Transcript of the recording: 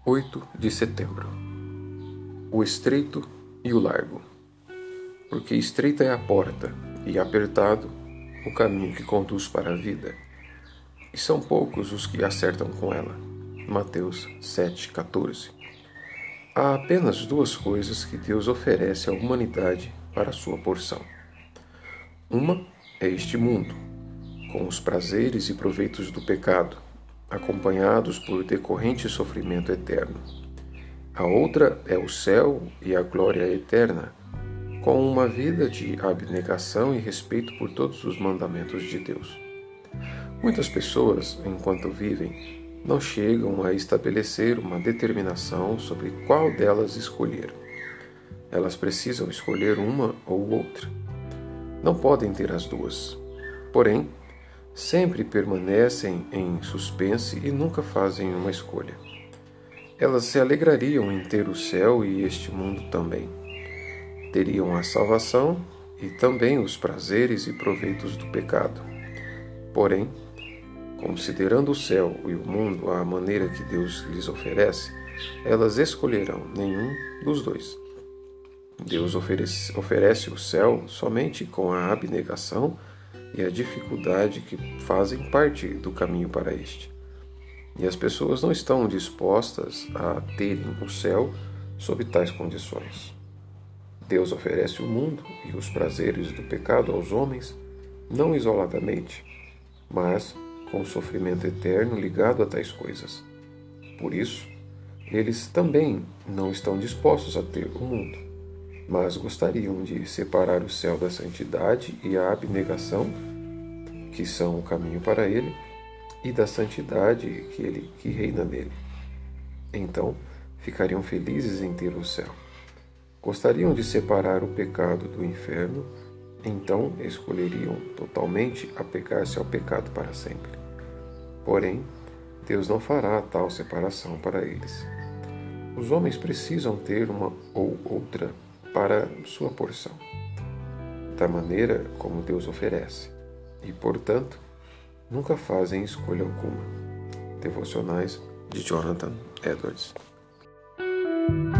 8 de setembro. O estreito e o largo. Porque estreita é a porta, e apertado o caminho que conduz para a vida, e são poucos os que acertam com ela. Mateus 7,14. Há apenas duas coisas que Deus oferece à humanidade para a sua porção. Uma é este mundo, com os prazeres e proveitos do pecado, acompanhados por decorrente sofrimento eterno. A outra é o céu e a glória eterna, com uma vida de abnegação e respeito por todos os mandamentos de Deus. Muitas pessoas, enquanto vivem, não chegam a estabelecer uma determinação sobre qual delas escolher. Elas precisam escolher uma ou outra. Não podem ter as duas. Porém, sempre permanecem em suspense e nunca fazem uma escolha. Elas se alegrariam em ter o céu e este mundo também. Teriam a salvação e também os prazeres e proveitos do pecado. Porém, considerando o céu e o mundo à maneira que Deus lhes oferece, elas escolherão nenhum dos dois. Deus oferece o céu somente com a abnegação e a dificuldade que fazem parte do caminho para este. E as pessoas não estão dispostas a terem o céu sob tais condições. Deus oferece o mundo e os prazeres do pecado aos homens, não isoladamente, mas com o sofrimento eterno ligado a tais coisas. Por isso, eles também não estão dispostos a ter o mundo, mas gostariam de separar o céu da santidade e a abnegação, que são o caminho para ele, e da santidade que reina nele. Então, ficariam felizes em ter o céu. Gostariam de separar o pecado do inferno, então escolheriam totalmente apegar-se ao pecado para sempre. Porém, Deus não fará tal separação para eles. Os homens precisam ter uma ou outra para sua porção, da maneira como Deus oferece, e, portanto, nunca fazem escolha alguma. Devocionais de Jonathan Edwards.